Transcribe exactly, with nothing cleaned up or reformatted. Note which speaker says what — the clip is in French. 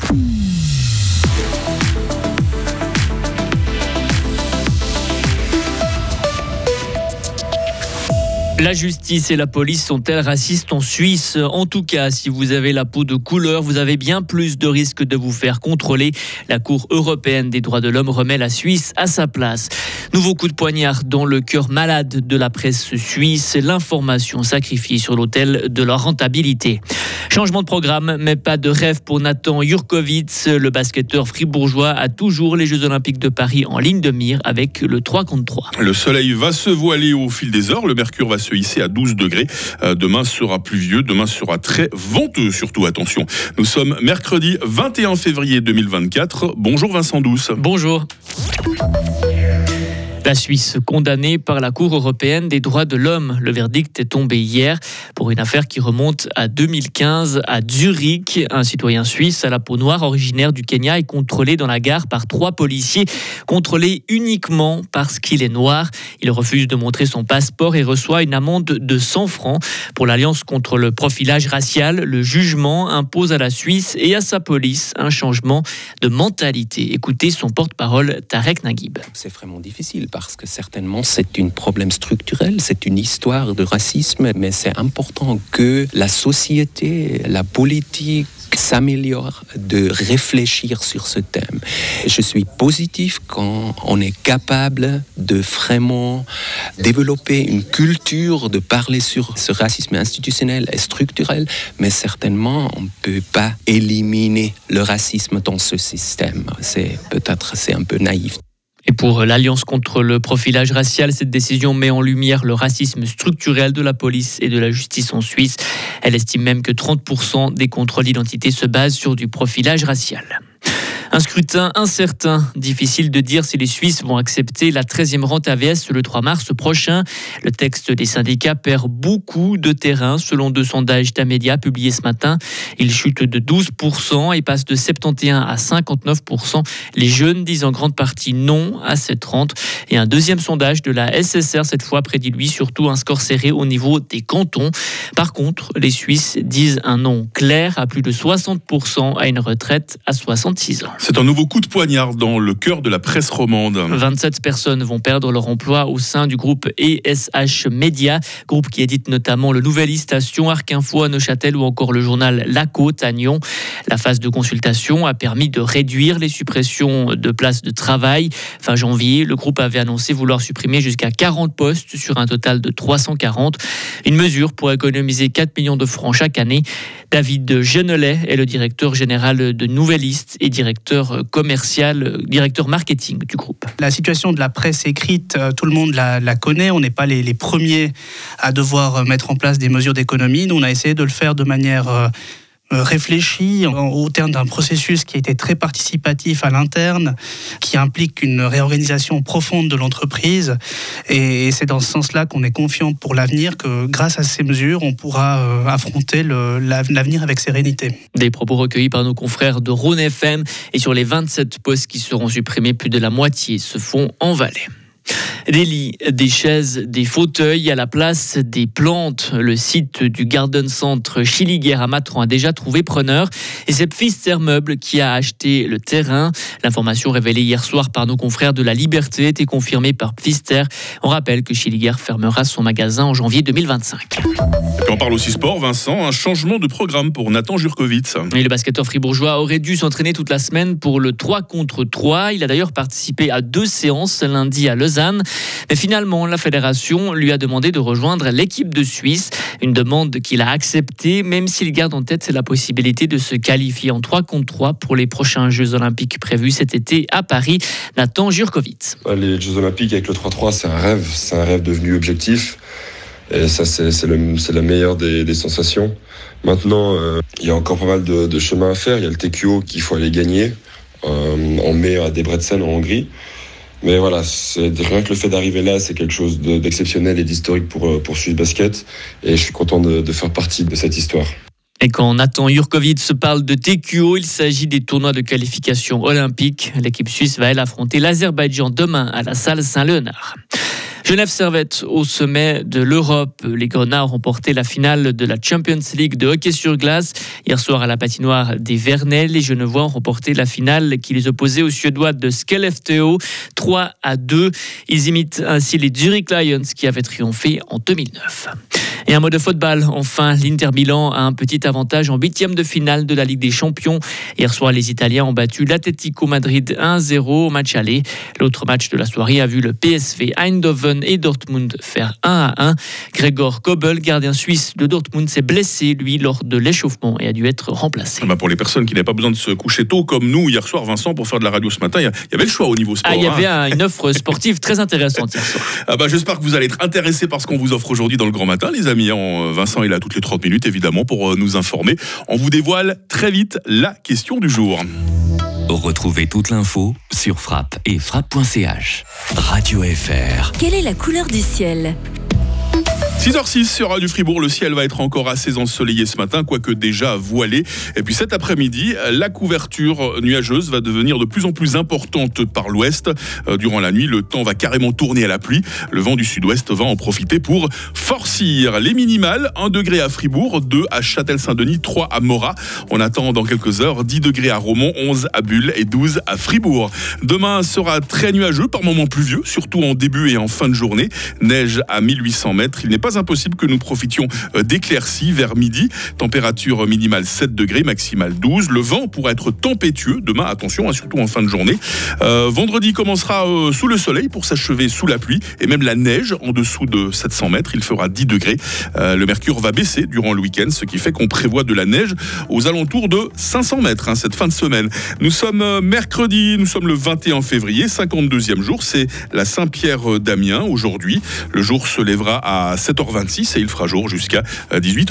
Speaker 1: La justice et la police sont-elles racistes en Suisse ? En tout cas, si vous avez la peau de couleur, vous avez bien plus de risques de vous faire contrôler. La Cour européenne des droits de l'homme remet la Suisse à sa place. Nouveau coup de poignard dans le cœur malade de la presse suisse. L'information sacrifiée sur l'autel de leur rentabilité. Changement de programme, mais pas de rêve pour Nathan Jurkovic. Le basketteur fribourgeois a toujours les Jeux Olympiques de Paris en ligne de mire avec le trois contre trois.
Speaker 2: Le soleil va se voiler au fil des heures. Le mercure va se hisser à douze degrés. Euh, demain sera pluvieux. Demain sera très venteux, surtout. Attention. Nous sommes mercredi vingt et un février deux mille vingt-quatre. Bonjour Vincent Douce.
Speaker 1: Bonjour. La Suisse condamnée par la Cour européenne des droits de l'homme. Le verdict est tombé hier pour une affaire qui remonte à deux mille quinze à Zurich. Un citoyen suisse à la peau noire originaire du Kenya est contrôlé dans la gare par trois policiers, contrôlés uniquement parce qu'il est noir. Il refuse de montrer son passeport et reçoit une amende de cent francs. Pour l'Alliance contre le profilage racial, le jugement impose à la Suisse et à sa police un changement de mentalité. Écoutez son porte-parole Tarek Naguib.
Speaker 3: C'est vraiment difficile parce que certainement c'est un problème structurel, c'est une histoire de racisme, mais c'est important que la société, la politique s'améliore, de réfléchir sur ce thème. Je suis positif quand on est capable de vraiment développer une culture de parler sur ce racisme institutionnel et structurel, mais certainement on ne peut pas éliminer le racisme dans ce système. C'est peut-être c'est un peu naïf.
Speaker 1: Et pour l'Alliance contre le profilage racial, cette décision met en lumière le racisme structurel de la police et de la justice en Suisse. Elle estime même que trente pour cent des contrôles d'identité se basent sur du profilage racial. Un scrutin incertain, difficile de dire si les Suisses vont accepter la treizième rente A V S le trois mars prochain. Le texte des syndicats perd beaucoup de terrain selon deux sondages Tamedia publiés ce matin. Il chute de douze pour cent et passe de soixante et onze à cinquante-neuf pour cent. Les jeunes disent en grande partie non à cette rente. Et un deuxième sondage de la S S R cette fois prédit lui surtout un score serré au niveau des cantons. Par contre, les Suisses disent un non clair à plus de soixante pour cent à une retraite à soixante-six ans.
Speaker 2: C'est un nouveau coup de poignard dans le cœur de la presse romande.
Speaker 1: vingt-sept personnes vont perdre leur emploi au sein du groupe E S H Média, groupe qui édite notamment le Nouvelle-Station, Arc Info à Neuchâtel ou encore le journal La Côte à Nyon. La phase de consultation a permis de réduire les suppressions de places de travail. Fin janvier, le groupe avait annoncé vouloir supprimer jusqu'à quarante postes sur un total de trois cent quarante. Une mesure pour économiser quatre millions de francs chaque année. David Genelet est le directeur général de Nouvelliste et directeur commercial, directeur marketing du groupe.
Speaker 4: La situation de la presse écrite, tout le monde la, la connaît. On n'est pas les, les premiers à devoir mettre en place des mesures d'économie. Nous, on a essayé de le faire de manière euh, réfléchi au terme d'un processus qui a été très participatif à l'interne, qui implique une réorganisation profonde de l'entreprise. Et c'est dans ce sens-là qu'on est confiant pour l'avenir, que grâce à ces mesures, on pourra affronter le, l'avenir avec sérénité.
Speaker 1: Des propos recueillis par nos confrères de Rhône F M. Et sur les vingt-sept postes qui seront supprimés, plus de la moitié se font en Valais. Des lits, des chaises, des fauteuils à la place des plantes. Le site du Garden Centre Chiliguer à Matron a déjà trouvé preneur. Et c'est Pfister Meubles qui a acheté le terrain. L'information révélée hier soir par nos confrères de La Liberté était confirmée par Pfister. On rappelle que Chiliguer fermera son magasin en janvier deux mille vingt-cinq.
Speaker 2: Et on parle aussi sport, Vincent. Un changement de programme pour Nathan Jurkovic.
Speaker 1: Et le basketteur fribourgeois aurait dû s'entraîner toute la semaine pour le trois contre trois. Il a d'ailleurs participé à deux séances lundi à Lausanne. Mais finalement, la fédération lui a demandé de rejoindre l'équipe de Suisse. Une demande qu'il a acceptée, même s'il garde en tête la possibilité de se qualifier en trois contre trois pour les prochains Jeux Olympiques prévus cet été à Paris. Nathan Jurkovic.
Speaker 5: Les Jeux Olympiques avec le trois trois, c'est un rêve. C'est un rêve devenu objectif. Et ça, c'est, c'est, le, c'est la meilleure des, des sensations. Maintenant, euh, il y a encore pas mal de, de chemin à faire. Il y a le T Q O qu'il faut aller gagner euh, en mai à Debrecen en Hongrie. Mais voilà, c'est, rien que le fait d'arriver là, c'est quelque chose de, d'exceptionnel et d'historique pour, pour Swiss Basket. Et je suis content de, de faire partie de cette histoire.
Speaker 1: Et quand Nathan Jurkovic se parle de T Q O, il s'agit des tournois de qualification olympique. L'équipe suisse va elle affronter l'Azerbaïdjan demain à la salle Saint-Léonard. Genève Servette au sommet de l'Europe. Les Grenats ont remporté la finale de la Champions League de hockey sur glace. Hier soir à la patinoire des Vernets, les Genevois ont remporté la finale qui les opposait aux Suédois de Skellefteå trois à deux. Ils imitent ainsi les Zurich Lions qui avaient triomphé en deux mille neuf. Et un mot de football, enfin, l'Inter Milan a un petit avantage en huitième de finale de la Ligue des Champions. Hier soir, les Italiens ont battu l'Atlético Madrid un à zéro au match aller. L'autre match de la soirée a vu le P S V Eindhoven et Dortmund faire un à un. Gregor Kobel, gardien suisse de Dortmund, s'est blessé, lui, lors de l'échauffement et a dû être remplacé.
Speaker 2: Bah pour les personnes qui n'avaient pas besoin de se coucher tôt, comme nous hier soir, Vincent, pour faire de la radio ce matin, il y avait le choix au niveau sport.
Speaker 1: Ah, il y avait
Speaker 2: hein.
Speaker 1: un, une offre sportive très intéressante hier soir.
Speaker 2: Ah bah, j'espère que vous allez être intéressés par ce qu'on vous offre aujourd'hui dans le Grand Matin, les amis. Vincent est là toutes les trente minutes, évidemment, pour nous informer. On vous dévoile très vite la question du jour.
Speaker 6: Retrouvez toute l'info sur Frappe et frappe point c h. Radio F R.
Speaker 7: Quelle est la couleur du ciel ?
Speaker 2: six heures six sur Radio Fribourg, le ciel va être encore assez ensoleillé ce matin, quoique déjà voilé. Et puis cet après-midi, la couverture nuageuse va devenir de plus en plus importante par l'ouest. Durant la nuit, le temps va carrément tourner à la pluie. Le vent du sud-ouest va en profiter pour forcir. Les minimales, un degré à Fribourg, deux à Châtel-Saint-Denis, trois à Morat. On attend dans quelques heures dix degrés à Romont, onze à Bulle et douze à Fribourg. Demain sera très nuageux, par moments pluvieux, surtout en début et en fin de journée. Neige à mille huit cents mètres. Il n'est pas impossible que nous profitions d'éclaircies vers midi. Température minimale sept degrés, maximale douze. Le vent pourra être tempétueux demain, attention, hein, surtout en fin de journée. Euh, vendredi commencera euh, sous le soleil pour s'achever sous la pluie et même la neige en dessous de sept cents mètres. Il fera dix degrés. Euh, le mercure va baisser durant le week-end, ce qui fait qu'on prévoit de la neige aux alentours de cinq cents mètres hein, cette fin de semaine. Nous sommes euh, mercredi, nous sommes le vingt et un février, cinquante-deuxième jour. C'est la Saint-Pierre d'Amiens aujourd'hui. Le jour se lèvera à sept heures vingt-six et il fera jour jusqu'à dix-huit heures.